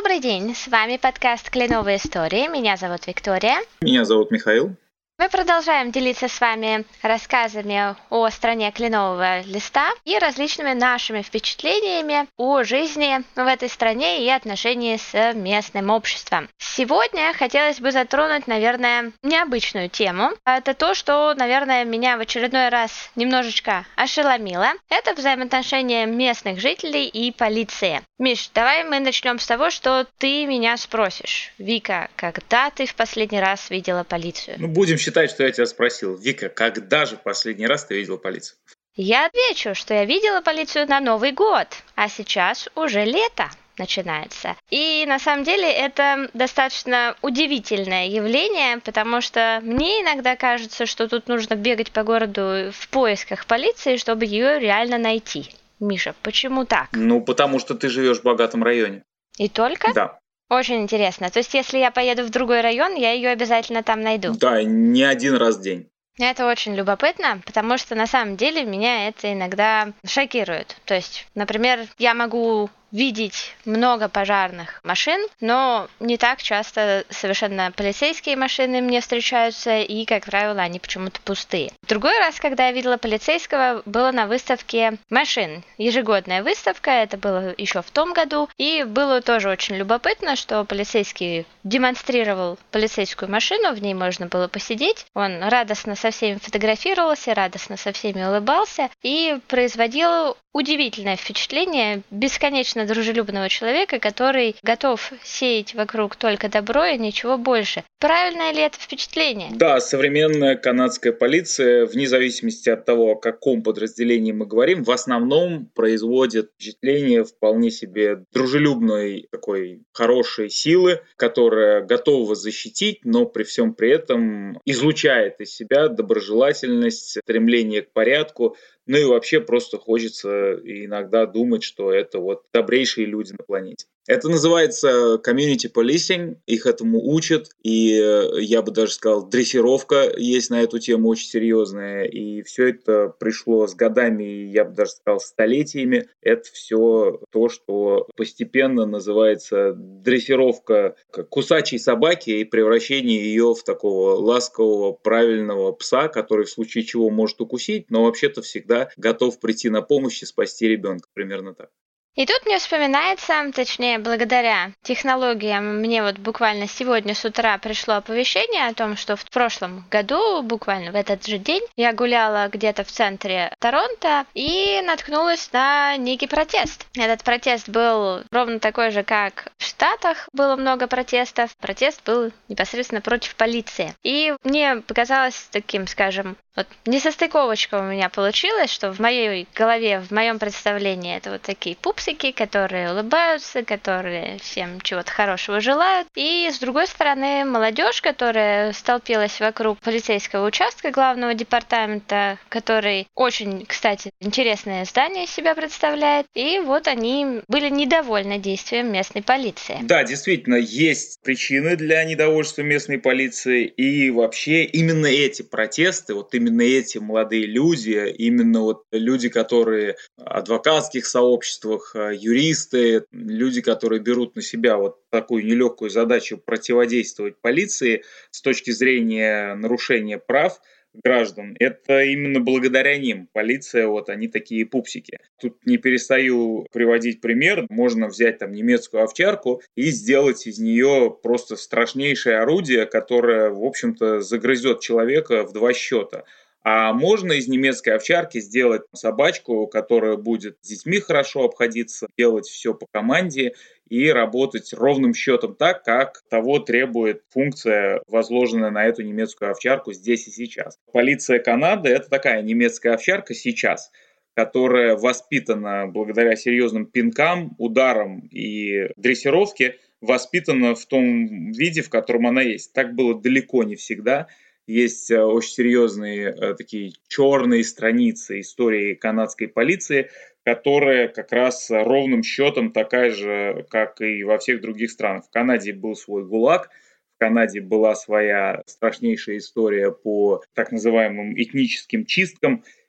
Добрый день, с вами подкаст «Кленовые истории». Меня зовут Виктория. Меня зовут Михаил. Мы продолжаем делиться с вами рассказами о стране кленового листа и различными нашими впечатлениями о жизни в этой стране и отношении с местным обществом. Сегодня хотелось бы затронуть, наверное, необычную тему. Это то, что, наверное, меня в очередной раз немножечко ошеломило. Это взаимоотношения местных жителей и полиции. Миш, давай мы начнем с того, что ты меня спросишь. Вика, когда ты в последний раз видела полицию? Будем считать, что я тебя спросил. Вика, когда же последний раз ты видела полицию? Я отвечу, что я видела полицию на Новый год, а сейчас уже лето начинается. И на самом деле это достаточно удивительное явление, потому что мне иногда кажется, что тут нужно бегать по городу в поисках полиции, чтобы ее реально найти. Миша, почему так? Потому что ты живешь в богатом районе. И только? Да. Очень интересно. То есть, если я поеду в другой район, я ее обязательно там найду? Да, не один раз в день. Это очень любопытно, потому что на самом деле меня это иногда шокирует. То есть, например, я могу видеть много пожарных машин, но не так часто совершенно полицейские машины мне встречаются, и, как правило, они почему-то пустые. Другой раз, когда я видела полицейского, было на выставке машин. Ежегодная выставка, это было еще в том году, и было тоже очень любопытно, что полицейский демонстрировал полицейскую машину, в ней можно было посидеть, он радостно со всеми фотографировался, радостно со всеми улыбался и производил удивительное впечатление бесконечно дружелюбного человека, который готов сеять вокруг только добро и ничего больше. Правильное ли это впечатление? Да, современная канадская полиция, вне зависимости от того, о каком подразделении мы говорим, в основном производит впечатление вполне себе дружелюбной, такой хорошей силы, которая готова защитить, но при всем при этом излучает из себя доброжелательность, стремление к порядку. И вообще просто хочется иногда думать, что это добрейшие люди на планете. Это называется community policing, их этому учат, и я бы даже сказал, дрессировка есть на эту тему очень серьезная, и все это пришло с годами, я бы даже сказал, столетиями. Это все то, что постепенно называется дрессировка кусачей собаки и превращение ее в такого ласкового, правильного пса, который в случае чего может укусить, но вообще-то всегда готов прийти на помощь и спасти ребенка, примерно так. И тут мне вспоминается, точнее, благодаря технологиям, мне буквально сегодня с утра пришло оповещение о том, что в прошлом году, буквально в этот же день, я гуляла где-то в центре Торонто и наткнулась на некий протест. Этот протест был ровно такой же, как в Штатах было много протестов. Протест был непосредственно против полиции. И мне показалось таким, скажем, несостыковочка у меня получилась, что в моей голове, в моем представлении это такие пупсики, которые улыбаются, которые всем чего-то хорошего желают. И с другой стороны, молодежь, которая столпилась вокруг полицейского участка главного департамента, который очень, кстати, интересное здание из себя представляет. И они были недовольны действием местной полиции. Да, действительно, есть причины для недовольства местной полиции. И вообще именно эти протесты, именно эти молодые люди, именно люди, которые в адвокатских сообществах, юристы, люди, которые берут на себя такую нелегкую задачу противодействовать полиции с точки зрения нарушения прав граждан, это именно благодаря ним. Полиция, они такие пупсики. Тут не перестаю приводить пример. Можно взять немецкую овчарку и сделать из нее просто страшнейшее орудие, которое, в общем-то, загрызет человека в 2 счета. А можно из немецкой овчарки сделать собачку, которая будет с детьми хорошо обходиться, делать все по команде и работать ровным счетом так, как того требует функция, возложенная на эту немецкую овчарку здесь и сейчас. Полиция Канады – это такая немецкая овчарка сейчас, которая воспитана благодаря серьезным пинкам, ударам и дрессировке, воспитана в том виде, в котором она есть. Так было далеко не всегда. Есть очень серьезные такие черные страницы истории канадской полиции, которая как раз ровным счетом такая же, как и во всех других странах. В Канаде был свой ГУЛАГ, в Канаде была своя страшнейшая история по так называемым этническим чисткам,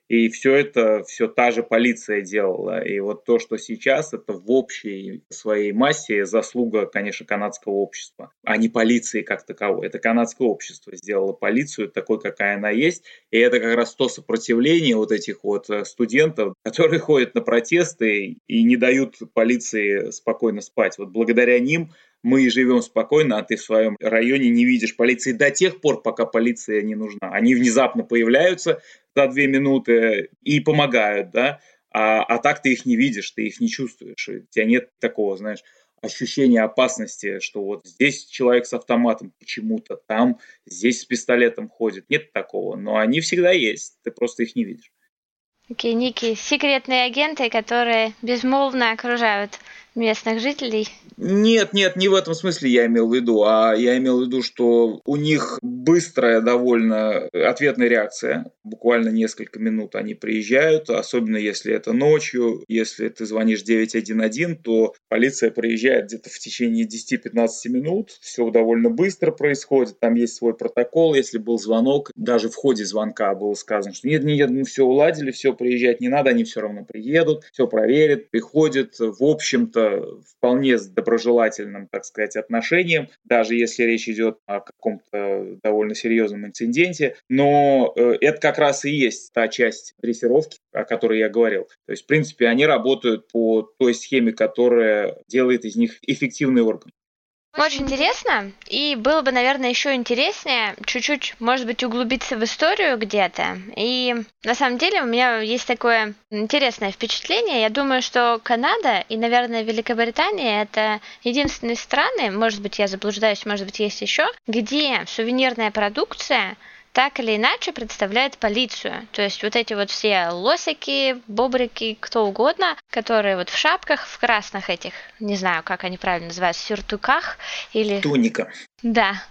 И все это, все та же полиция делала. И вот то, что сейчас, это в общей своей массе заслуга, конечно, канадского общества, а не полиции как таковой. Это канадское общество сделало полицию такой, какая она есть. И это как раз то сопротивление вот этих вот студентов, которые ходят на протесты и не дают полиции спокойно спать. Вот благодаря ним мы и живем спокойно, а ты в своем районе не видишь полиции до тех пор, пока полиция не нужна. Они внезапно появляются за 2 минуты и помогают, да, а так ты их не видишь, ты их не чувствуешь, у тебя нет такого, знаешь, ощущения опасности, что вот здесь человек с автоматом почему-то, там, здесь с пистолетом ходит. Нет такого, но они всегда есть, ты просто их не видишь. Такие некие секретные агенты, которые безмолвно окружают местных жителей. Нет, нет, не в этом смысле я имел в виду, а я имел в виду, что у них быстрая довольно ответная реакция. Буквально несколько минут они приезжают, особенно если это ночью. Если ты звонишь 911, то полиция приезжает где-то в течение 10-15 минут. Все довольно быстро происходит, там есть свой протокол. Если был звонок, даже в ходе звонка было сказано, что нет, нет, мы все уладили, все, приезжать не надо, они все равно приедут, все проверят, приходят. В общем-то, вполне доброжелательным, так сказать, отношениям, даже если речь идет о каком-то довольно серьезном инциденте. Но это как раз и есть та часть дрессировки, о которой я говорил. То есть, в принципе, они работают по той схеме, которая делает из них эффективный орган. Очень интересно, и было бы, наверное, еще интереснее чуть-чуть, может быть, углубиться в историю где-то. И на самом деле у меня есть такое интересное впечатление. Я думаю, что Канада и, наверное, Великобритания — это единственные страны, может быть, я заблуждаюсь, может быть, есть еще, где сувенирная продукция так или иначе представляет полицию. То есть вот эти вот все лосики, бобрики, кто угодно, которые вот в шапках, в красных этих, не знаю, как они правильно называются, сюртуках или... Туника. Да,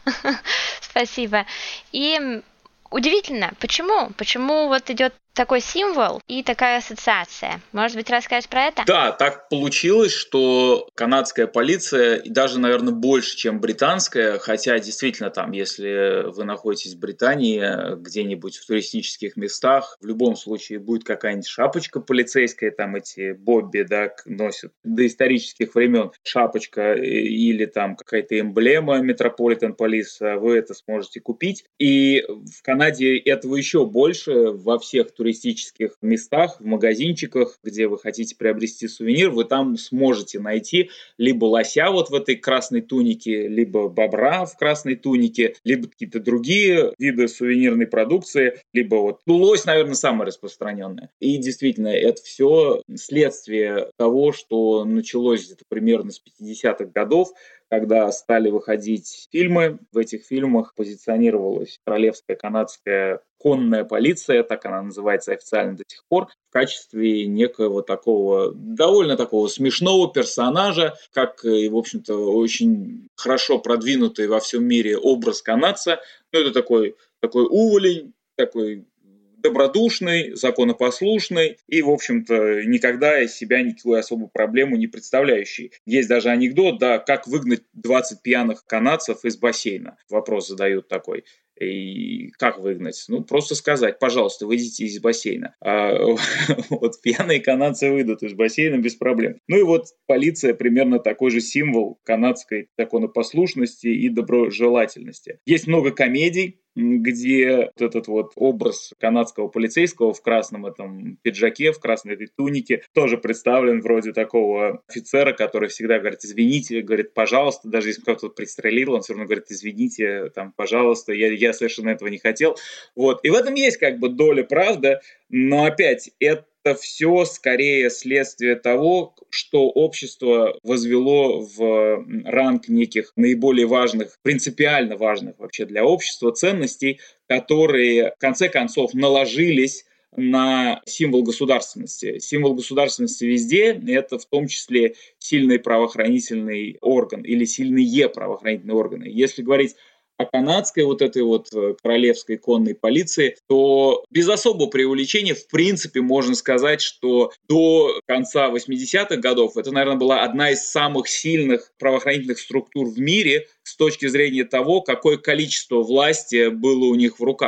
спасибо. И удивительно, почему? Почему вот идет такой символ и такая ассоциация? Может быть, расскажешь про это? Да, так получилось, что канадская полиция, и даже, наверное, больше, чем британская, хотя действительно там, если вы находитесь в Британии, где-нибудь в туристических местах, в любом случае будет какая-нибудь шапочка полицейская, там эти бобби, да, носят до исторических времен шапочка или там какая-то эмблема Metropolitan Police, вы это сможете купить. И в Канаде этого еще больше во всех туристических местах, в магазинчиках, где вы хотите приобрести сувенир, вы там сможете найти либо лося вот в этой красной тунике, либо бобра в красной тунике, либо какие-то другие виды сувенирной продукции, либо вот лось, наверное, самое распространенное. И действительно, это все следствие того, что началось где-то примерно с 50-х годов, когда стали выходить фильмы. В этих фильмах позиционировалась королевская канадская конная полиция, так она называется официально до сих пор, в качестве некоего такого, довольно такого смешного персонажа, как и, в общем-то, очень хорошо продвинутый во всем мире образ канадца. Ну, это такой уволень, такой добродушный, законопослушный и, в общем-то, никогда из себя никакую особую проблему не представляющий. Есть даже анекдот, да, как выгнать 20 пьяных канадцев из бассейна. Вопрос задают такой. И как выгнать? Ну, просто сказать, пожалуйста, выйдите из бассейна. Вот пьяные канадцы выйдут из бассейна без проблем. Ну и вот полиция примерно такой же символ канадской законопослушности и доброжелательности. Есть много комедий, где вот этот вот образ канадского полицейского в красном этом пиджаке, в красной этой тунике тоже представлен вроде такого офицера, который всегда говорит извините, говорит пожалуйста, даже если кто-то пристрелил, он все равно говорит извините, там, пожалуйста, я совершенно этого не хотел. Вот. И в этом есть как бы доля правды, но опять это все скорее следствие того, что общество возвело в ранг неких наиболее важных, принципиально важных вообще для общества ценностей, которые в конце концов наложились на символ государственности. Символ государственности везде – это в том числе сильный правоохранительный орган или сильные правоохранительные органы. Если говорить о канадской вот этой вот королевской конной полиции, то без особого преувеличения, в принципе, можно сказать, что до конца 80-х годов это, наверное, была одна из самых сильных правоохранительных структур в мире с точки зрения того, какое количество власти было у них в руках.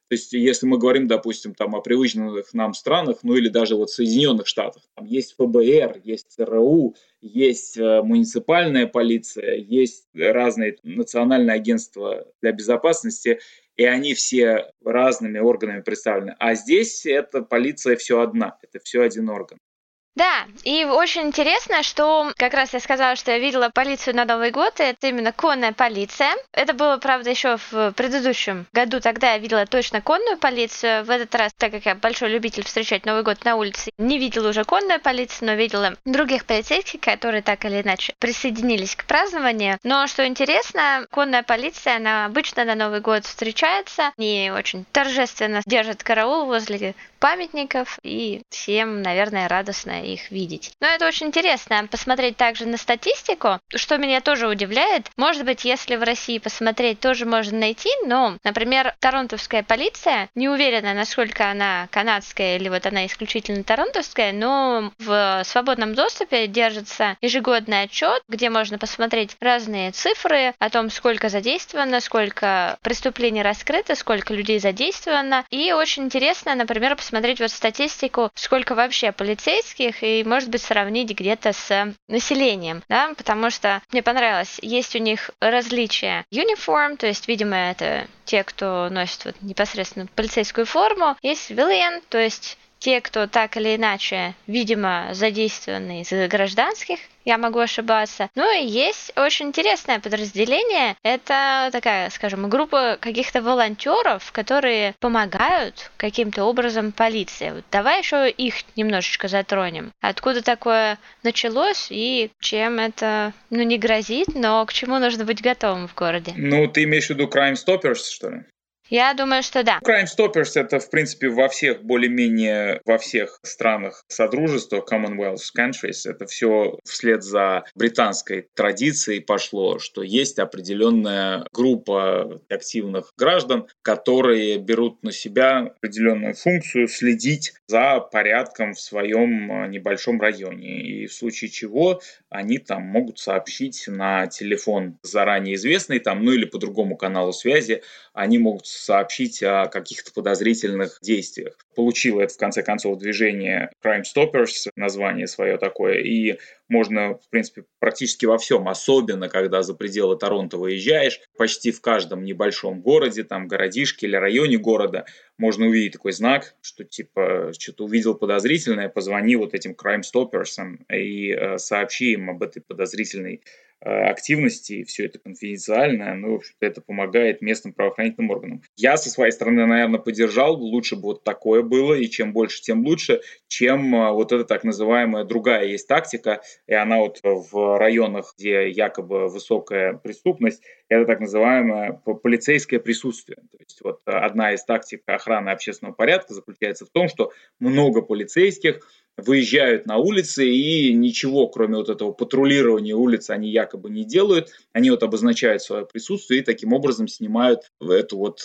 То есть, если мы говорим, допустим, там о привычных нам странах, ну или даже вот Соединенных Штатах, там есть ФБР, есть ЦРУ, есть муниципальная полиция, есть разные национальные агентства для безопасности, и они все разными органами представлены. А здесь эта полиция все одна, это все один орган. Да, и очень интересно, что как раз я сказала, что я видела полицию на Новый год, и это именно конная полиция. Это было, правда, еще в предыдущем году, тогда я видела точно конную полицию. В этот раз, так как я большой любитель встречать Новый год на улице, не видела уже конную полицию, но видела других полицейских, которые так или иначе присоединились к празднованию. Но что интересно, конная полиция, она обычно на Новый год встречается и очень торжественно держит караул возле памятников, и всем, наверное, радостно их видеть. Но это очень интересно посмотреть также на статистику, что меня тоже удивляет. Может быть, если в России посмотреть, тоже можно найти, но, например, торонтовская полиция, не уверена, насколько она канадская или вот она исключительно торонтовская, но в свободном доступе держится ежегодный отчет, где можно посмотреть разные цифры о том, сколько задействовано, сколько преступлений раскрыто, сколько людей задействовано. И очень интересно, например, посмотреть вот статистику, сколько вообще полицейских, и, может быть, сравнить где-то с населением, да, потому что мне понравилось, есть у них различия uniform, то есть, видимо, это те, кто носит вот непосредственно полицейскую форму, есть civilian, то есть те, кто так или иначе, видимо, задействованы из гражданских, я могу ошибаться. Ну и есть очень интересное подразделение. Это такая, скажем, группа каких-то волонтеров, которые помогают каким-то образом полиции. Вот давай еще их немножечко затронем. Откуда такое началось и чем это, ну, не грозит, но к чему нужно быть готовым в городе? Ну, ты имеешь в виду Crime Stoppers, что ли? Я думаю, что да. Crime Stoppers — это, в принципе, более-менее во всех странах Содружества, Commonwealth countries, это все вслед за британской традицией пошло, что есть определенная группа активных граждан, которые берут на себя определенную функцию следить за порядком в своем небольшом районе. И в случае чего они там могут сообщить на телефон заранее известный, там, ну или по другому каналу связи, они могут сообщить о каких-то подозрительных действиях. Получило это, в конце концов, движение Crime Stoppers, название свое такое, и можно, в принципе, практически во всем, особенно когда за пределы Торонто выезжаешь, почти в каждом небольшом городе, там, городишке или районе города, можно увидеть такой знак, что типа что-то увидел подозрительное, позвони вот этим Crime Stoppers и сообщи им об этой подозрительной активности, и все это конфиденциально, ну, в общем-то, это помогает местным правоохранительным органам. Я со своей стороны, наверное, поддержал, лучше бы вот такое было, и чем больше, тем лучше, чем вот эта так называемая другая есть тактика, и она вот в районах, где якобы высокая преступность, это так называемое полицейское присутствие. То есть вот одна из тактик охраны общественного порядка заключается в том, что много полицейских выезжают на улицы и ничего, кроме вот этого патрулирования улиц, они якобы не делают. Они вот обозначают свое присутствие и таким образом снимают эту вот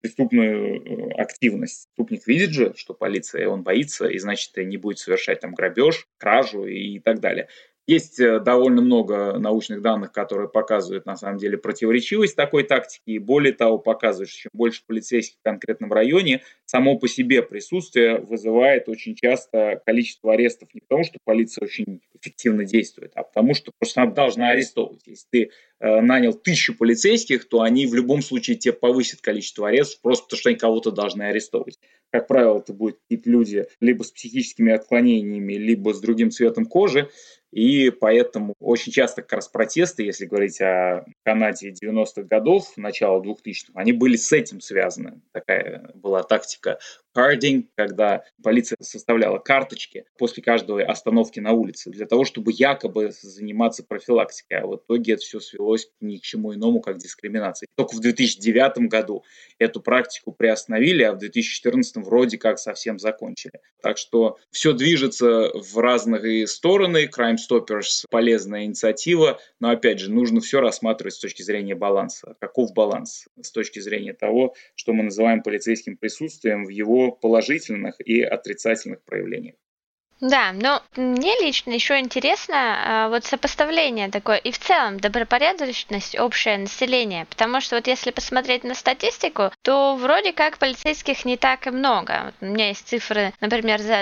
преступную активность. Преступник видит же, что полиция, он боится, и значит не будет совершать там грабеж, кражу и так далее. Есть довольно много научных данных, которые показывают на самом деле противоречивость такой тактики, и более того показывают, что чем больше полицейских в конкретном районе, само по себе присутствие вызывает очень часто количество арестов не потому, что полиция очень эффективно действует, а потому что просто она должна арестовывать. Если ты нанял 1000 полицейских, то они в любом случае тебе повысят количество арестов, просто потому что они кого-то должны арестовывать. Как правило, это будут какие-то люди либо с психическими отклонениями, либо с другим цветом кожи, и поэтому очень часто как раз протесты, если говорить о Канаде 90-х годов, начала 2000-х, они были с этим связаны. Такая была тактика carding, когда полиция составляла карточки после каждой остановки на улице для того, чтобы якобы заниматься профилактикой. А в итоге это все свелось ни к чему иному, как дискриминации. Только в 2009 году эту практику приостановили, а в 2014 вроде как совсем закончили. Так что все движется в разные стороны. Crime Stoppers — полезная инициатива, но опять же нужно все рассматривать с точки зрения баланса. Каков баланс? С точки зрения того, что мы называем полицейским присутствием в его положительных и отрицательных проявлениях. Да, но мне лично еще интересно вот сопоставление такое и в целом добропорядочность общее население, потому что вот если посмотреть на статистику, то вроде как полицейских не так и много. Вот у меня есть цифры, например, за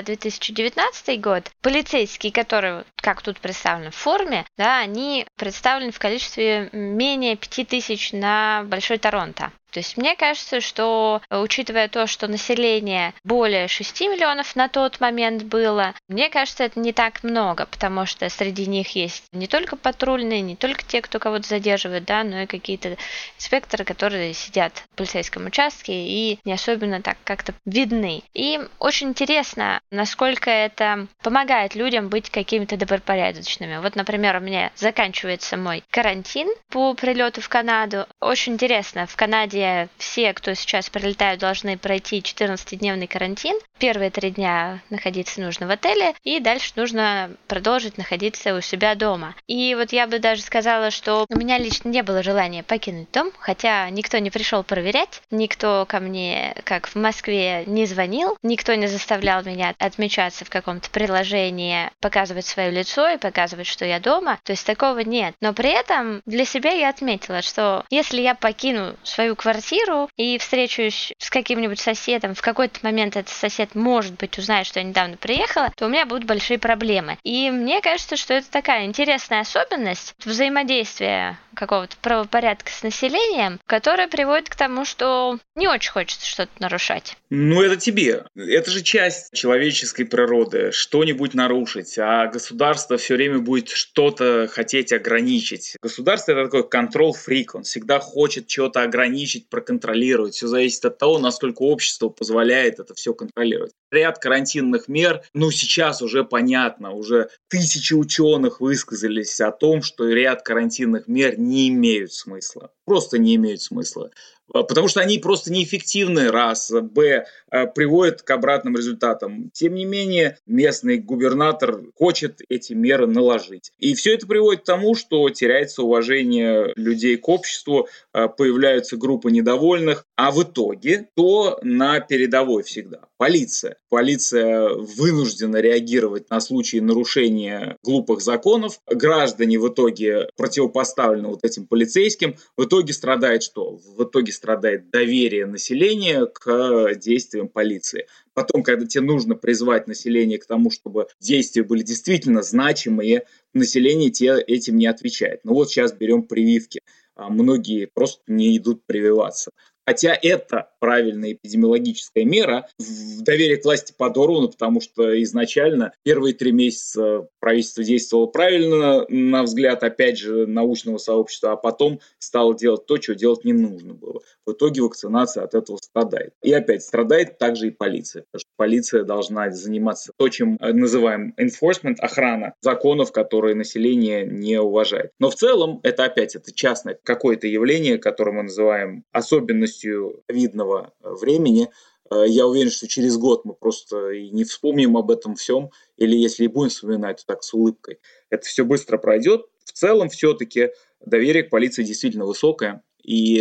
2019 год. Полицейские, которые, вот как тут представлены в форме, да, они представлены в количестве менее 5000 на Большой Торонто. То есть мне кажется, что, учитывая то, что население более 6 миллионов на тот момент было, мне кажется, это не так много, потому что среди них есть не только патрульные, не только те, кто кого-то задерживает, да, но и какие-то инспекторы, которые сидят в полицейском участке и не особенно так как-то видны. И очень интересно, насколько это помогает людям быть какими-то добропорядочными. Вот, например, у меня заканчивается мой карантин по прилету в Канаду. Очень интересно, в Канаде все, кто сейчас прилетают, должны пройти 14-дневный карантин. Первые 3 дня находиться нужно в отеле, и дальше нужно продолжить находиться у себя дома. И вот я бы даже сказала, что у меня лично не было желания покинуть дом, хотя никто не пришел проверять, никто ко мне, как в Москве, не звонил, никто не заставлял меня отмечаться в каком-то приложении, показывать свое лицо и показывать, что я дома. То есть такого нет. Но при этом для себя я отметила, что если я покину свою квартиру и встречусь с каким-нибудь соседом, в какой-то момент этот сосед, может быть, узнает, что я недавно приехала, то у меня будут большие проблемы. И мне кажется, что это такая интересная особенность взаимодействия какого-то правопорядка с населением, которая приводит к тому, что не очень хочется что-то нарушать. Ну, это тебе. Это же часть человеческой природы. Что-нибудь нарушить, а государство все время будет что-то хотеть ограничить. Государство – это такой контрол-фрик. Он всегда хочет что-то ограничить, проконтролировать. Все зависит от того, насколько общество позволяет это все контролировать. Ряд карантинных мер, сейчас уже понятно, уже тысячи ученых высказались о том, что ряд карантинных мер не имеют смысла. Просто не имеют смысла. Потому что они просто неэффективны, раз. Б, приводят к обратным результатам. Тем не менее, местный губернатор хочет эти меры наложить. И все это приводит к тому, что теряется уважение людей к обществу, появляются группы недовольных, а в итоге то на передовой всегда полиция. Полиция вынуждена реагировать на случаи нарушения глупых законов. Граждане в итоге противопоставлены вот этим полицейским. В итоге страдает что? В итоге страдает доверие населения к действиям полиции. Потом, когда тебе нужно призвать население к тому, чтобы действия были действительно значимые, население тебе этим не отвечает. Вот сейчас берем прививки. Многие просто не идут прививаться. Хотя это правильная эпидемиологическая мера, доверие к власти подорвано, потому что изначально первые 3 месяца правительство действовало правильно, на взгляд, опять же, научного сообщества, а потом стало делать то, чего делать не нужно было. В итоге вакцинация от этого страдает. И опять страдает также и полиция, потому что полиция должна заниматься то, чем называем enforcement, охрана законов, которые население не уважает. Но в целом это опять это частное какое-то явление, которое мы называем особенностью ковидного времени. Я уверен, что через год мы просто и не вспомним об этом всем, или если и будем вспоминать, то так с улыбкой. Это все быстро пройдет. В целом все-таки доверие к полиции действительно высокое, и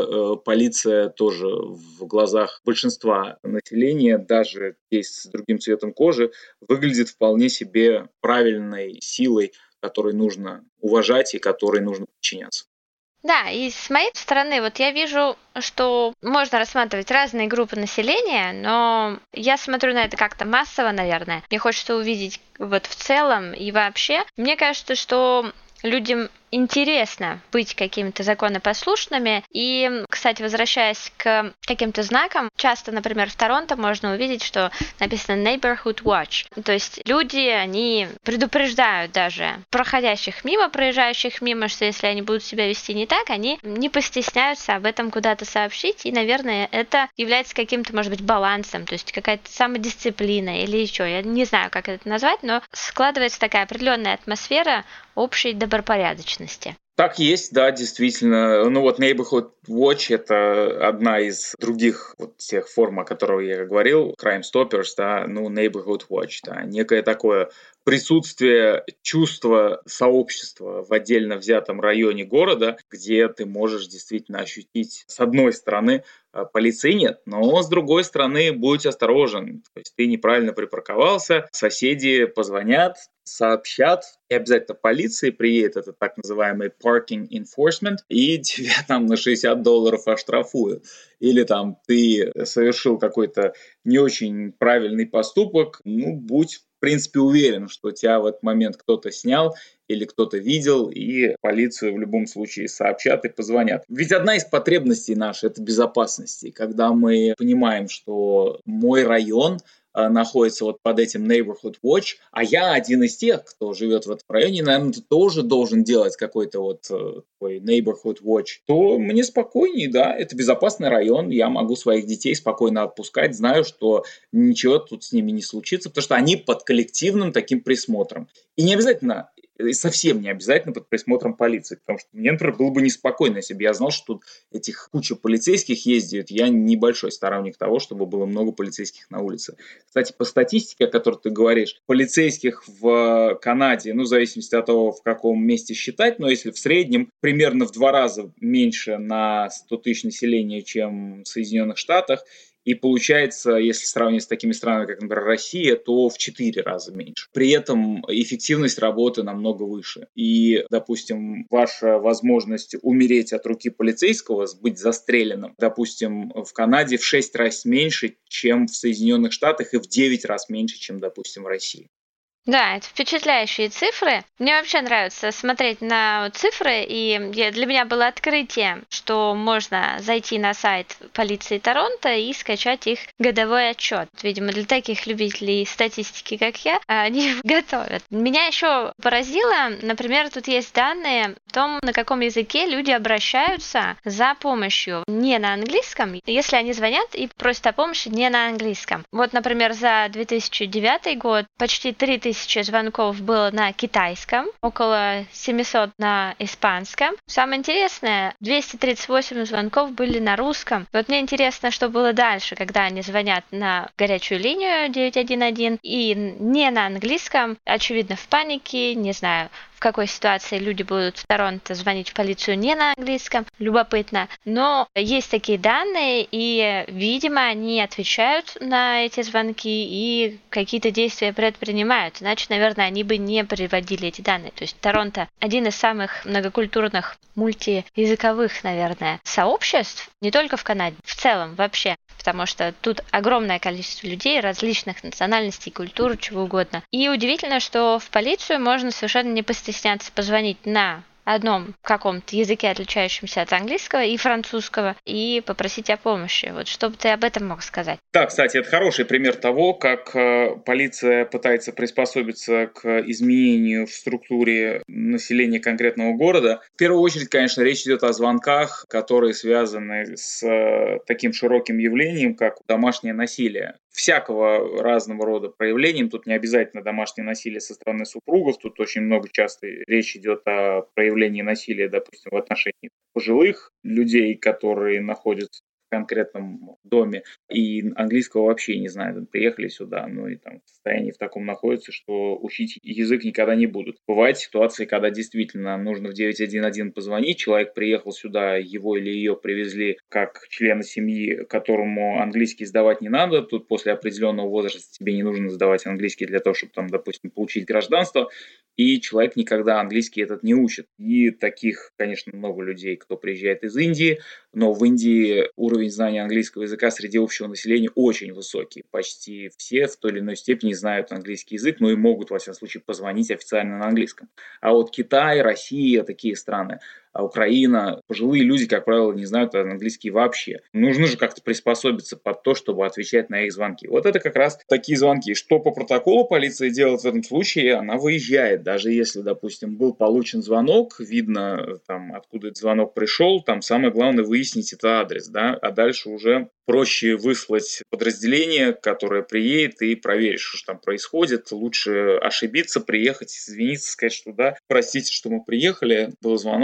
полиция тоже в глазах большинства населения, даже есть с другим цветом кожи, выглядит вполне себе правильной силой, которой нужно уважать и которой нужно подчиняться. Да, и с моей стороны, вот я вижу, что можно рассматривать разные группы населения, но я смотрю на это как-то массово, наверное. Мне хочется увидеть вот в целом и вообще. Мне кажется, что людям интересно быть какими-то законопослушными. И, кстати, возвращаясь к каким-то знакам, часто, например, в Торонто можно увидеть, что написано Neighborhood Watch. То есть люди, они предупреждают даже проходящих мимо, проезжающих мимо, что если они будут себя вести не так, они не постесняются об этом куда-то сообщить. И, наверное, это является каким-то, может быть, балансом, то есть какая-то самодисциплина или еще. Я не знаю, как это назвать, но складывается такая определенная атмосфера общей добропорядочности. Так есть, да, действительно. Neighborhood Watch – это одна из других вот тех форм, о которых я говорил, Crime Stoppers, да, Neighborhood Watch, да, некое такое присутствие чувства сообщества в отдельно взятом районе города, где ты можешь действительно ощутить, с одной стороны, полиции нет, но с другой стороны, будь осторожен. То есть ты неправильно припарковался, соседи позвонят, сообщат, и обязательно полиции приедет, это так называемый parking enforcement, и тебя там на $60 оштрафуют. Или там ты совершил какой-то не очень правильный поступок, будь в принципе уверен, что тебя в этот момент кто-то снял или кто-то видел, и полицию в любом случае сообщат и позвонят. Ведь одна из потребностей нашей – это безопасность. И когда мы понимаем, что мой район находится вот под этим neighborhood watch, а я один из тех, кто живет в этом районе, наверное, ты тоже должен делать какой-то вот такой neighborhood watch, то мне спокойнее, да, это безопасный район, я могу своих детей спокойно отпускать, знаю, что ничего тут с ними не случится, потому что они под коллективным таким присмотром. И не обязательно, совсем не обязательно под присмотром полиции, потому что мне, например, было бы неспокойно, если бы я знал, что тут этих куча полицейских ездит. Я небольшой сторонник того, чтобы было много полицейских на улице. Кстати, по статистике, о которой ты говоришь, полицейских в Канаде, в зависимости от того, в каком месте считать, но если в среднем примерно в 2 раза меньше на 100 тысяч населения, чем в Соединенных Штатах, и получается, если сравнивать с такими странами, как, например, Россия, то в 4 раза меньше. При этом эффективность работы намного выше. И, допустим, ваша возможность умереть от руки полицейского, быть застреленным, допустим, в Канаде в 6 раз меньше, чем в Соединенных Штатах, и в 9 раз меньше, чем, допустим, в России. Да, это впечатляющие цифры. Мне вообще нравится смотреть на цифры, и для меня было открытие, что можно зайти на сайт полиции Торонто и скачать их годовой отчет. Видимо, для таких любителей статистики, как я, они готовят. Меня еще поразило, например, тут есть данные о том, на каком языке люди обращаются за помощью не на английском, если они звонят и просят о помощи не на английском. Вот, например, за 2009 год почти 3000 звонков было на китайском, около 700 на испанском. Самое интересное, 238 звонков были на русском. Вот мне интересно, что было дальше, когда они звонят на горячую линию 911 и не на английском, очевидно, в панике, не знаю, в какой ситуации люди будут в Торонто звонить в полицию не на английском, любопытно. Но есть такие данные, и, видимо, они отвечают на эти звонки и какие-то действия предпринимают. Иначе, наверное, они бы не приводили эти данные. То есть Торонто один из самых многокультурных, мультиязыковых, наверное, сообществ, не только в Канаде, в целом вообще. Потому что тут огромное количество людей различных национальностей, культур, чего угодно. И удивительно, что в полицию можно совершенно не постесняться позвонить на одном каком-то языке, отличающемся от английского и французского, и попросить о помощи. Вот что бы ты об этом мог сказать? Да, кстати, это хороший пример того, как полиция пытается приспособиться к изменению в структуре населения конкретного города. В первую очередь, конечно, речь идет о звонках, которые связаны с таким широким явлением, как домашнее насилие. Всякого разного рода проявлением. Тут не обязательно домашнее насилие со стороны супругов. Тут очень много часто речь идет о проявлении насилия, допустим, в отношении пожилых людей, которые находятся в конкретном доме, и английского вообще не знают. Приехали сюда, и там в состоянии в таком находятся, что учить язык никогда не будут. Бывают ситуации, когда действительно нужно в 911 позвонить, человек приехал сюда, его или ее привезли как члена семьи, которому английский сдавать не надо, тут после определенного возраста тебе не нужно сдавать английский для того, чтобы там, допустим, получить гражданство, и человек никогда английский этот не учит. И таких, конечно, много людей, кто приезжает из Индии, но в Индии уровень знания английского языка среди общего населения очень высокий. Почти все в той или иной степени знают английский язык, и могут, во всяком случае, позвонить официально на английском. А вот Китай, Россия, такие страны, Украина, пожилые люди, как правило, не знают английский вообще. Нужно же как-то приспособиться под то, чтобы отвечать на их звонки. Вот это как раз такие звонки. Что по протоколу полиция делает в этом случае? Она выезжает. Даже если, допустим, был получен звонок, видно, там, откуда этот звонок пришел, там самое главное выяснить это адрес, да, а дальше уже проще выслать подразделение, которое приедет и проверит, что там происходит. Лучше ошибиться, приехать, извиниться, сказать, что да, простите, что мы приехали, был звонок, мы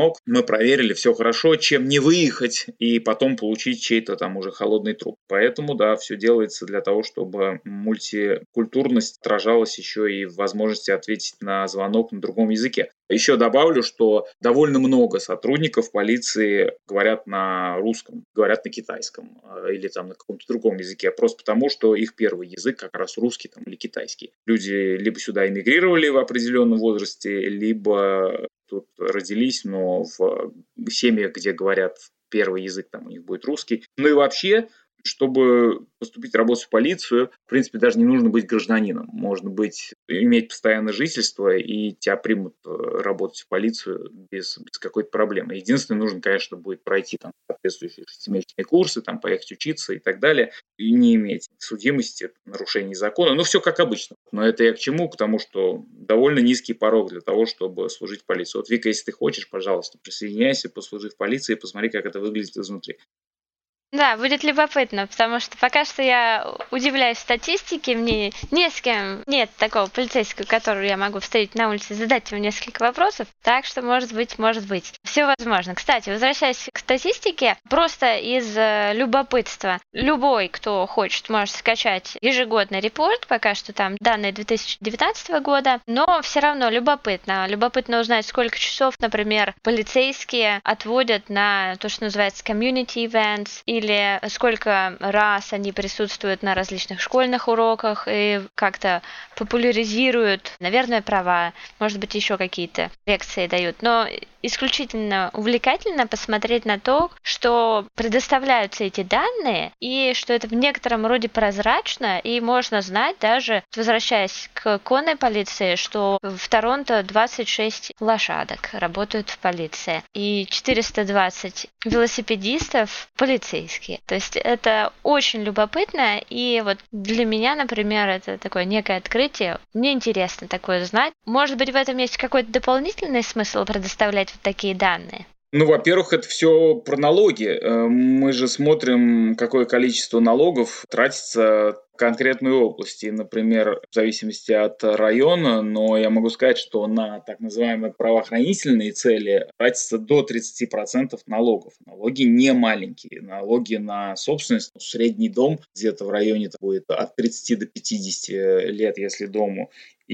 проверили, все хорошо, чем не выехать и потом получить чей-то там уже холодный труп. Поэтому, да, все делается для того, чтобы мультикультурность отражалась еще и в возможности ответить на звонок на другом языке. Еще добавлю, что довольно много сотрудников полиции говорят на русском, говорят на китайском или там на каком-то другом языке, просто потому, что их первый язык как раз русский там, или китайский. Люди либо сюда эмигрировали в определенном возрасте, либо тут родились, но в семьях, где говорят первый язык, там у них будет русский. Ну и вообще, чтобы поступить работать в полицию, в принципе, даже не нужно быть гражданином. Можно иметь постоянное жительство, и тебя примут работать в полицию без какой-то проблемы. Единственное, нужно, конечно, будет пройти там соответствующие шестимесячные курсы, там, поехать учиться и так далее, и не иметь судимости, нарушений закона. Ну, все как обычно. Но это я к чему? К тому, что довольно низкий порог для того, чтобы служить в полиции. Вот, Вика, если ты хочешь, пожалуйста, присоединяйся, послужи в полиции и посмотри, как это выглядит изнутри. Да, будет любопытно, потому что пока что я удивляюсь статистике, мне не с кем нет такого полицейского, которого я могу встретить на улице и задать ему несколько вопросов, так что может быть. Все возможно. Кстати, возвращаясь к статистике, просто из любопытства, любой, кто хочет, может скачать ежегодный репорт, пока что там данные 2019 года, но все равно любопытно. Любопытно узнать, сколько часов, например, полицейские отводят на то, что называется community events, или сколько раз они присутствуют на различных школьных уроках и как-то популяризируют, наверное, права, может быть, еще какие-то лекции дают. Но исключительно увлекательно посмотреть на то, что предоставляются эти данные, и что это в некотором роде прозрачно, и можно знать даже, возвращаясь к конной полиции, что в Торонто 26 лошадок работают в полиции, и 420 велосипедистов полицейские. То есть это очень любопытно, и вот для меня, например, это такое некое открытие. Мне интересно такое знать. Может быть, в этом есть какой-то дополнительный смысл предоставлять вот такие данные? Ну, во-первых, это все про налоги. Мы же смотрим, какое количество налогов тратится в конкретной области. Например, в зависимости от района, но я могу сказать, что на так называемые правоохранительные цели тратится до 30% налогов. Налоги не маленькие. Налоги на собственность. Средний дом где-то в районе будет от 30 до 50 лет, если дому,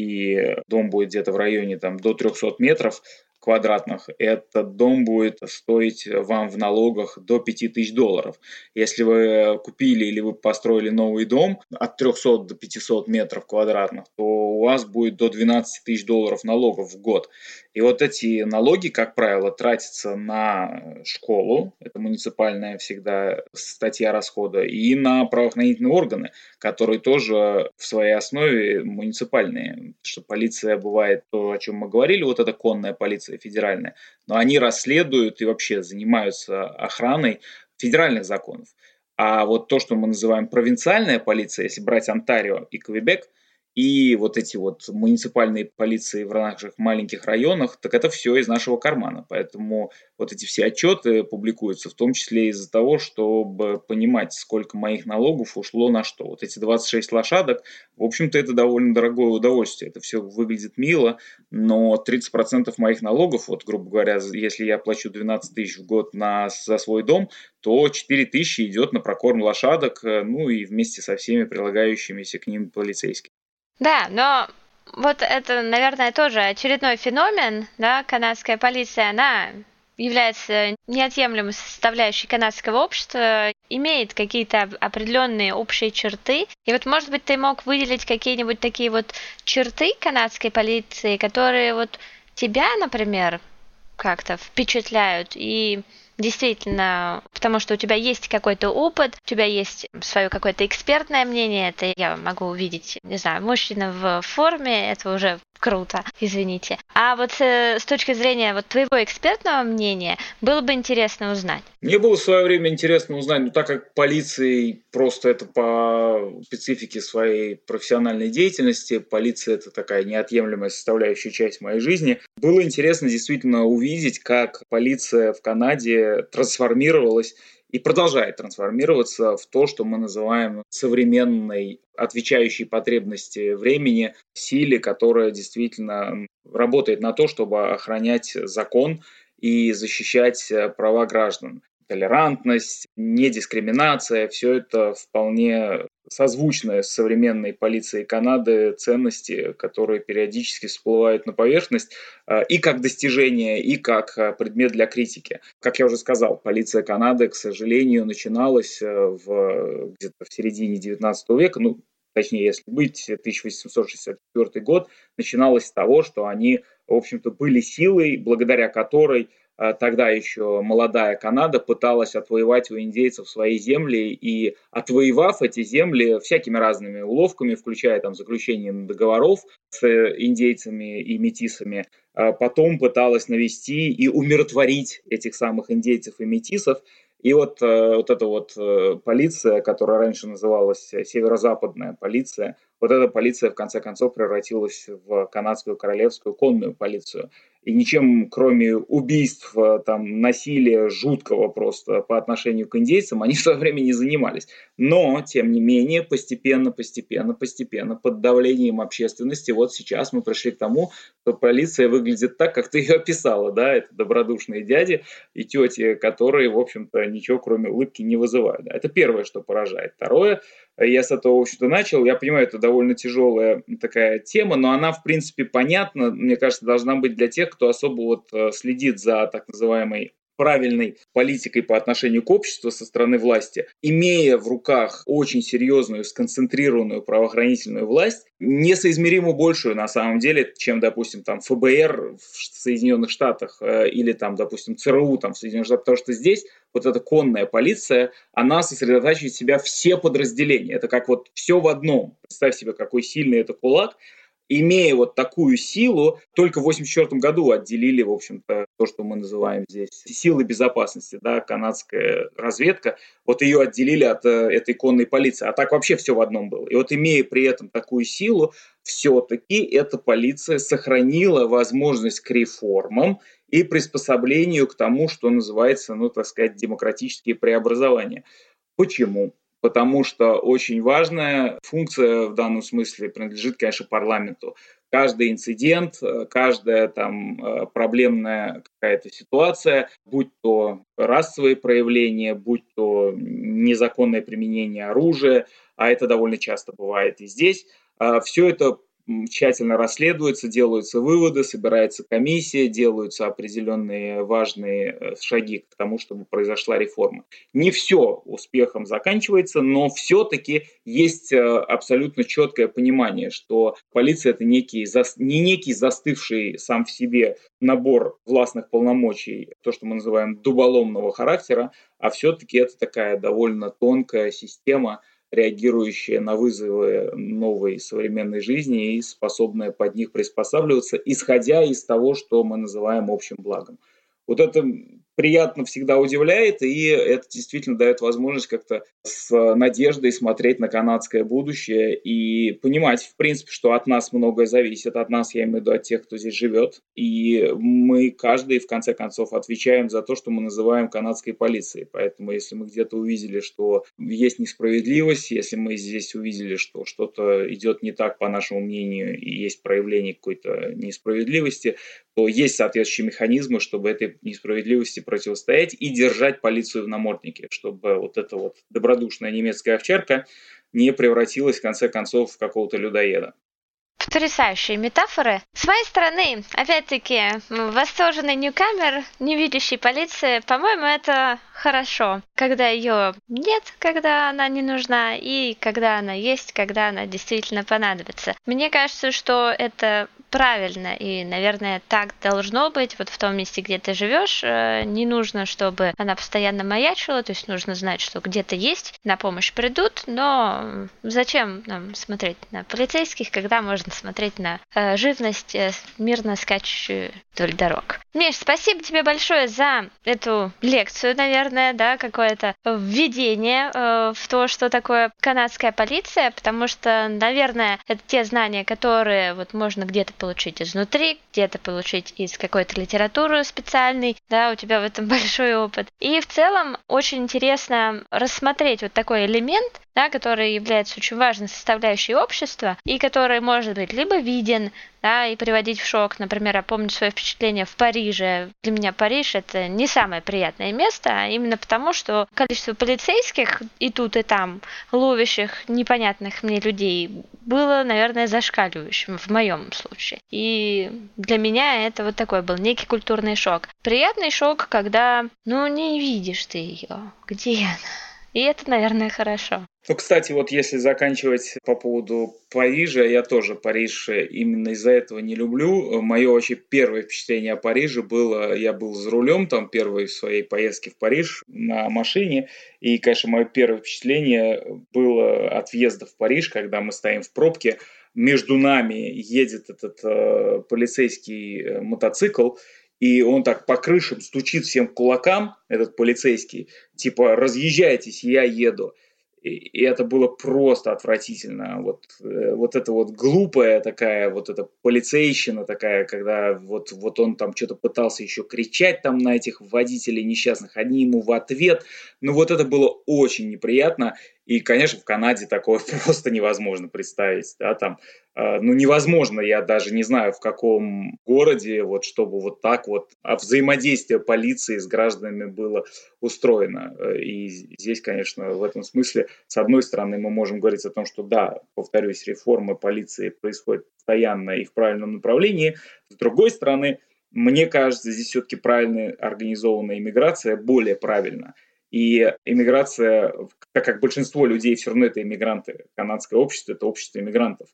и дом будет где-то в районе до 300 метров квадратных, этот дом будет стоить вам в налогах до $5000. Если вы купили или вы построили новый дом от 300 до 500 метров квадратных, то у вас будет до $12 000 налогов в год. И вот эти налоги, как правило, тратятся на школу, это муниципальная всегда статья расхода, и на правоохранительные органы, которые тоже в своей основе муниципальные. Что полиция бывает то, о чем мы говорили, вот эта конная полиция федеральная, но они расследуют и вообще занимаются охраной федеральных законов. А вот то, что мы называем провинциальная полиция, если брать Онтарио и Квебек, и вот эти вот муниципальные полиции в наших маленьких районах, так это все из нашего кармана. Поэтому вот эти все отчеты публикуются, в том числе из-за того, чтобы понимать, сколько моих налогов ушло на что. Вот эти 26 лошадок, в общем-то, это довольно дорогое удовольствие. Это все выглядит мило, но 30% моих налогов, вот, грубо говоря, если я плачу 12 000 в год за свой дом, то 4 000 идет на прокорм лошадок, ну и вместе со всеми прилагающимися к ним полицейскими. Да, но вот это, наверное, тоже очередной феномен, да, канадская полиция, она является неотъемлемой составляющей канадского общества, имеет какие-то определенные общие черты. И вот, может быть, ты мог выделить какие-нибудь такие вот черты канадской полиции, которые вот тебя, например, как-то впечатляют и действительно, потому что у тебя есть какой-то опыт, у тебя есть свое какое-то экспертное мнение, это я могу увидеть, не знаю, мужчина в форме, это уже круто, извините. А вот с точки зрения вот твоего экспертного мнения, было бы интересно узнать. Мне было в свое время интересно узнать, ну так как полиции просто это по специфике своей профессиональной деятельности, полиция это такая неотъемлемая составляющая часть моей жизни, было интересно действительно увидеть, как полиция в Канаде трансформировалась и продолжает трансформироваться в то, что мы называем современной, отвечающей потребности времени, силе, которая действительно работает на то, чтобы охранять закон и защищать права граждан. Толерантность, недискриминация – все это вполне созвучные с современной полицией Канады ценности, которые периодически всплывают на поверхность и как достижение, и как предмет для критики. Как я уже сказал, полиция Канады, к сожалению, начиналась где-то в середине XIX века, точнее, если быть, 1864 год, начиналось с того, что они, в общем-то, были силой, благодаря которой тогда еще молодая Канада пыталась отвоевать у индейцев свои земли, и отвоевав эти земли всякими разными уловками, включая там заключение договоров с индейцами и метисами, потом пыталась навести и умиротворить этих самых индейцев и метисов. И вот эта полиция, которая раньше называлась северо-западная полиция, вот эта полиция в конце концов превратилась в канадскую королевскую конную полицию. И ничем, кроме убийств, насилия жуткого просто по отношению к индейцам, они в свое время не занимались. Но, тем не менее, постепенно, под давлением общественности, вот сейчас мы пришли к тому, что полиция выглядит так, как ты ее описала, да, это добродушные дяди и тети, которые, в общем-то, ничего кроме улыбки не вызывают. Это первое, что поражает. Второе, я с этого, в общем-то, начал. Я понимаю, это довольно тяжелая такая тема, но она, в принципе, понятна, мне кажется, должна быть для тех, кто особо следит за так называемой правильной политикой по отношению к обществу со стороны власти, имея в руках очень серьезную, сконцентрированную правоохранительную власть, несоизмеримо большую на самом деле, чем, допустим, ФБР в Соединенных Штатах или, допустим, ЦРУ в Соединенных Штатах, потому что здесь вот эта конная полиция, она сосредотачивает в себя все подразделения. Это как все в одном. Представь себе, какой сильный это кулак. Имея такую силу, только в 1984 году отделили, в общем-то, то, что мы называем здесь силы безопасности, да, канадская разведка, ее отделили от этой конной полиции. А так вообще все в одном было. И имея при этом такую силу, все-таки эта полиция сохранила возможность к реформам и приспособлению к тому, что называется, демократические преобразования. Почему? Потому что очень важная функция в данном смысле принадлежит, конечно, парламенту. Каждый инцидент, каждая проблемная какая-то ситуация, будь то расовые проявления, будь то незаконное применение оружия, а это довольно часто бывает и здесь, все это тщательно расследуется, делаются выводы, собирается комиссия, делаются определенные важные шаги к тому, чтобы произошла реформа. Не все успехом заканчивается, но все-таки есть абсолютно четкое понимание, что полиция – это не некий застывший сам в себе набор властных полномочий, то, что мы называем дуболомного характера, а все-таки это такая довольно тонкая система, реагирующая на вызовы новой современной жизни и способная под них приспосабливаться, исходя из того, что мы называем общим благом. Это приятно всегда удивляет, и это действительно дает возможность как-то с надеждой смотреть на канадское будущее и понимать, в принципе, что от нас многое зависит, от нас, я имею в виду, от тех, кто здесь живет, и мы каждый, в конце концов, отвечаем за то, что мы называем канадской полицией. Поэтому, если мы где-то увидели, что есть несправедливость, если мы здесь увидели, что что-то идет не так, по нашему мнению, и есть проявление какой-то несправедливости, то есть соответствующие механизмы, чтобы этой несправедливости противостоять и держать полицию в наморднике, чтобы эта добродушная немецкая овчарка не превратилась, в конце концов, в какого-то людоеда. Потрясающие метафоры. С моей стороны, опять-таки, восторженный ньюкамер, не видящий полиции, по-моему, это хорошо. Когда ее нет, когда она не нужна, и когда она есть, когда она действительно понадобится. Мне кажется, что это правильно, и, наверное, так должно быть в том месте, где ты живешь. Не нужно, чтобы она постоянно маячила, то есть нужно знать, что где-то есть, на помощь придут, но зачем нам смотреть на полицейских, когда можно смотреть на живность, мирно скачущую вдоль дорог. Миш, спасибо тебе большое за эту лекцию, наверное, да, какое-то введение в то, что такое канадская полиция, потому что, наверное, это те знания, которые можно где-то получить изнутри, где-то получить из какой-то литературы специальной, да, у тебя в этом большой опыт. И в целом очень интересно рассмотреть такой элемент, да, который является очень важной составляющей общества и который может быть либо виден, да, и приводить в шок. Например, я помню свое впечатление в Париже. Для меня Париж – это не самое приятное место, а именно потому, что количество полицейских и тут, и там, ловящих непонятных мне людей, было, наверное, зашкаливающим в моем случае. И для меня это вот такой был некий культурный шок. Приятный шок, когда, не видишь ты ее, где она. И это, наверное, хорошо. Ну, кстати, вот если заканчивать по поводу Парижа, я тоже Париж именно из-за этого не люблю. Мое вообще первое впечатление о Париже было, я был за рулем там первой своей поездки в Париж на машине, и, конечно, мое первое впечатление было от въезда в Париж, когда мы стоим в пробке, между нами едет этот полицейский мотоцикл, и он так по крышам стучит всем кулакам, этот полицейский, типа «разъезжайтесь, я еду». И это было просто отвратительно. Вот это вот глупая такая, вот эта полицейщина такая, когда вот он там что-то пытался еще кричать там на этих водителей несчастных, они ему в ответ. Ну вот это было очень неприятно. И, конечно, в Канаде такое просто невозможно представить. Да, там, невозможно, я даже не знаю, в каком городе, вот чтобы вот так вот взаимодействие полиции с гражданами было устроено. И здесь, конечно, в этом смысле, с одной стороны, мы можем говорить о том, что да, повторюсь, реформа полиции происходит постоянно и в правильном направлении. С другой стороны, мне кажется, здесь все-таки правильно организованная иммиграция более правильна. И иммиграция, так как большинство людей все равно это иммигранты, канадское общество – это общество иммигрантов.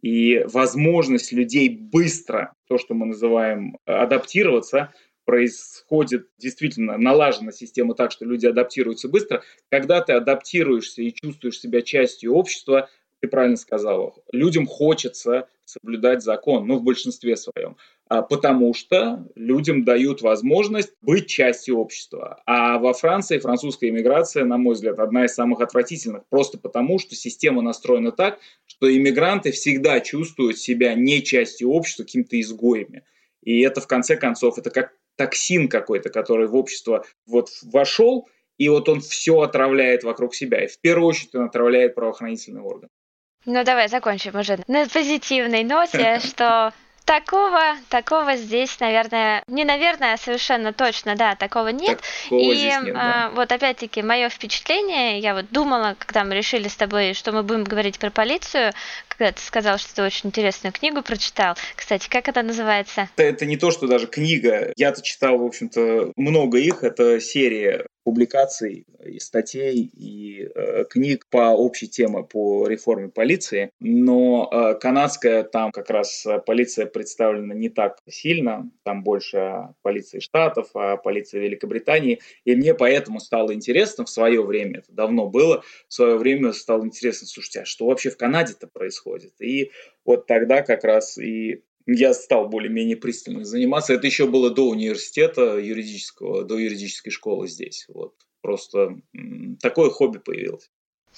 И возможность людей быстро, то, что мы называем адаптироваться, происходит действительно налажена система так, что люди адаптируются быстро. Когда ты адаптируешься и чувствуешь себя частью общества, ты правильно сказала, людям хочется соблюдать закон, в большинстве своем, потому что людям дают возможность быть частью общества. А во Франции французская иммиграция, на мой взгляд, одна из самых отвратительных, просто потому, что система настроена так, что иммигранты всегда чувствуют себя не частью общества, какими-то изгоями. И это, в конце концов, это как токсин какой-то, который в общество вошел, и он все отравляет вокруг себя. И в первую очередь он отравляет правоохранительные органы. Давай закончим уже на позитивной ноте, что такого здесь, наверное, а совершенно точно, да, такого нет. Такого здесь нет, да. Вот опять-таки мое впечатление, я думала, когда мы решили с тобой, что мы будем говорить про полицию, когда ты сказал, что ты очень интересную книгу прочитал. Кстати, как это называется? Это не то, что даже книга. Я-то читал, в общем-то, много их. Это серия публикаций, и статей и книг по общей теме по реформе полиции. Но канадская, там как раз полиция представлена не так сильно. Там больше о полиции штатов, о полиции Великобритании. И мне поэтому стало интересно в свое время, это давно было, в свое время стало интересно, слушайте, а что вообще в Канаде-то происходит? И вот тогда как раз и я стал более-менее пристально заниматься. Это еще было до университета юридического, до юридической школы здесь. Просто такое хобби появилось.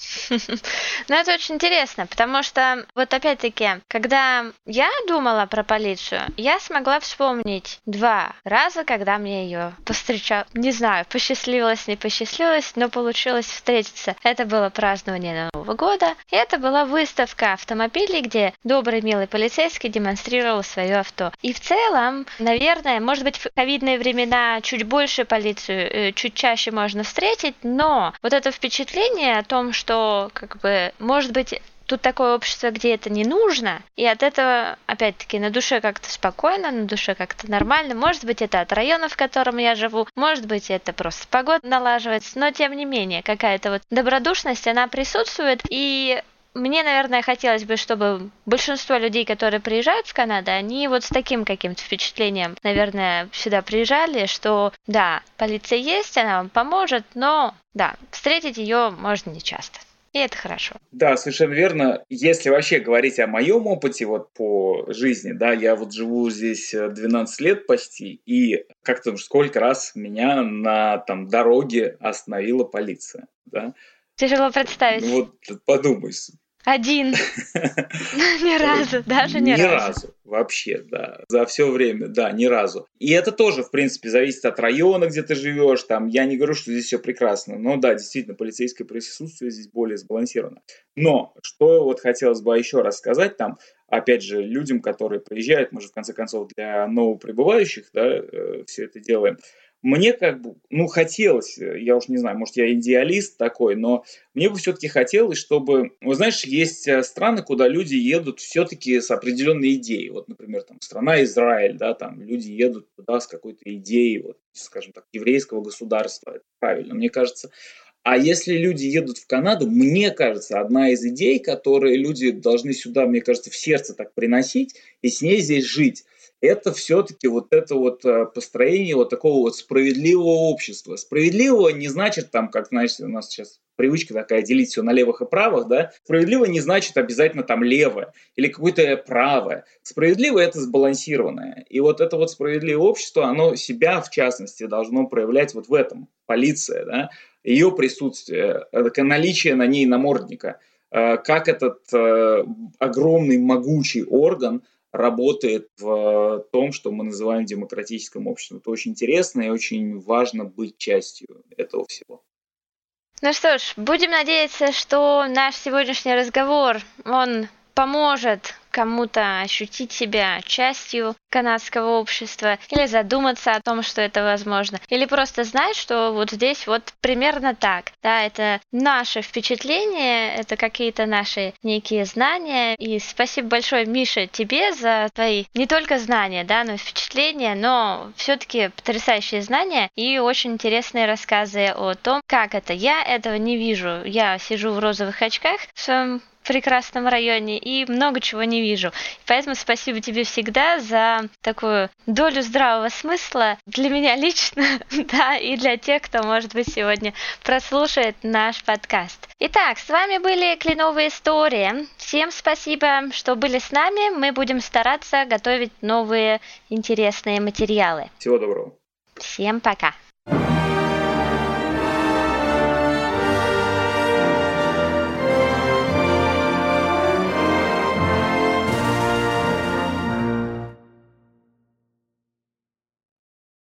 Это очень интересно, потому что, опять-таки, когда я думала про полицию, я смогла вспомнить 2 раза, когда мне ее повстречал. Не знаю, посчастливилось, не посчастливилось, но получилось встретиться. Это было празднование Нового года, и это была выставка автомобилей, где добрый, милый полицейский демонстрировал свое авто. И в целом, наверное, может быть, в ковидные времена чуть больше полицию, чуть чаще можно встретить, но это впечатление о том, что может быть, тут такое общество, где это не нужно, и от этого, опять-таки, на душе как-то спокойно, на душе как-то нормально. Может быть, это от района, в котором я живу, может быть, это просто погода налаживается, но, тем не менее, какая-то добродушность, она присутствует, и мне, наверное, хотелось бы, чтобы большинство людей, которые приезжают в Канаду, они с таким каким-то впечатлением, наверное, сюда приезжали, что да, полиция есть, она вам поможет, но да, встретить ее можно не часто. И это хорошо. Да, совершенно верно. Если вообще говорить о моем опыте по жизни, да, я живу здесь 12 лет почти, и как-то сколько раз меня на дороге остановила полиция, да. Тяжело представить. Подумай, Один. Ни разу, даже ни разу. Ни разу. Вообще, да. За все время, да, ни разу. И это тоже, в принципе, зависит от района, где ты живешь. Там, я не говорю, что здесь все прекрасно. Но да, действительно, полицейское присутствие здесь более сбалансировано. Но, что вот хотелось бы еще раз сказать, там, опять же, людям, которые приезжают, мы же, в конце концов, для новоприбывающих, да, все это делаем. Мне как бы, хотелось, я уж не знаю, может, я идеалист такой, но мне бы все-таки хотелось, чтобы, вот знаешь, есть страны, куда люди едут все-таки с определенной идеей. Вот, например, там страна Израиль, да, там люди едут туда с какой-то идеей, вот, скажем так, еврейского государства. Это правильно, мне кажется. А если люди едут в Канаду, мне кажется, одна из идей, которые люди должны сюда, мне кажется, в сердце так приносить и с ней здесь жить, это все-таки вот это вот построение вот такого вот справедливого общества. Справедливого не значит там, как, знаешь, у нас сейчас привычка такая делить все на левых и правых, да. Справедливо не значит обязательно там левое или какое-то правое. Справедливо это сбалансированное. И вот это вот справедливое общество, оно себя, в частности, должно проявлять вот в этом. Полиция, да, ее присутствие, наличие на ней намордника, как этот огромный могучий орган работает в том, что мы называем демократическим обществом. Это очень интересно и очень важно быть частью этого всего. Ну что ж, будем надеяться, что наш сегодняшний разговор, он поможет кому-то ощутить себя частью канадского общества, или задуматься о том, что это возможно, или просто знать, что вот здесь вот примерно так. Да, это наше впечатление, это какие-то наши некие знания. И спасибо большое, Миша, тебе за твои не только знания, да, но и впечатления, но все-таки потрясающие знания и очень интересные рассказы о том, как это. Я этого не вижу. Я сижу в розовых очках в своем прекрасном районе и много чего не вижу. Поэтому спасибо тебе всегда за такую долю здравого смысла для меня лично, да, и для тех, кто, может быть, сегодня прослушает наш подкаст. Итак, с вами были Кленовые истории. Всем спасибо, что были с нами. Мы будем стараться готовить новые интересные материалы. Всего доброго. Всем пока.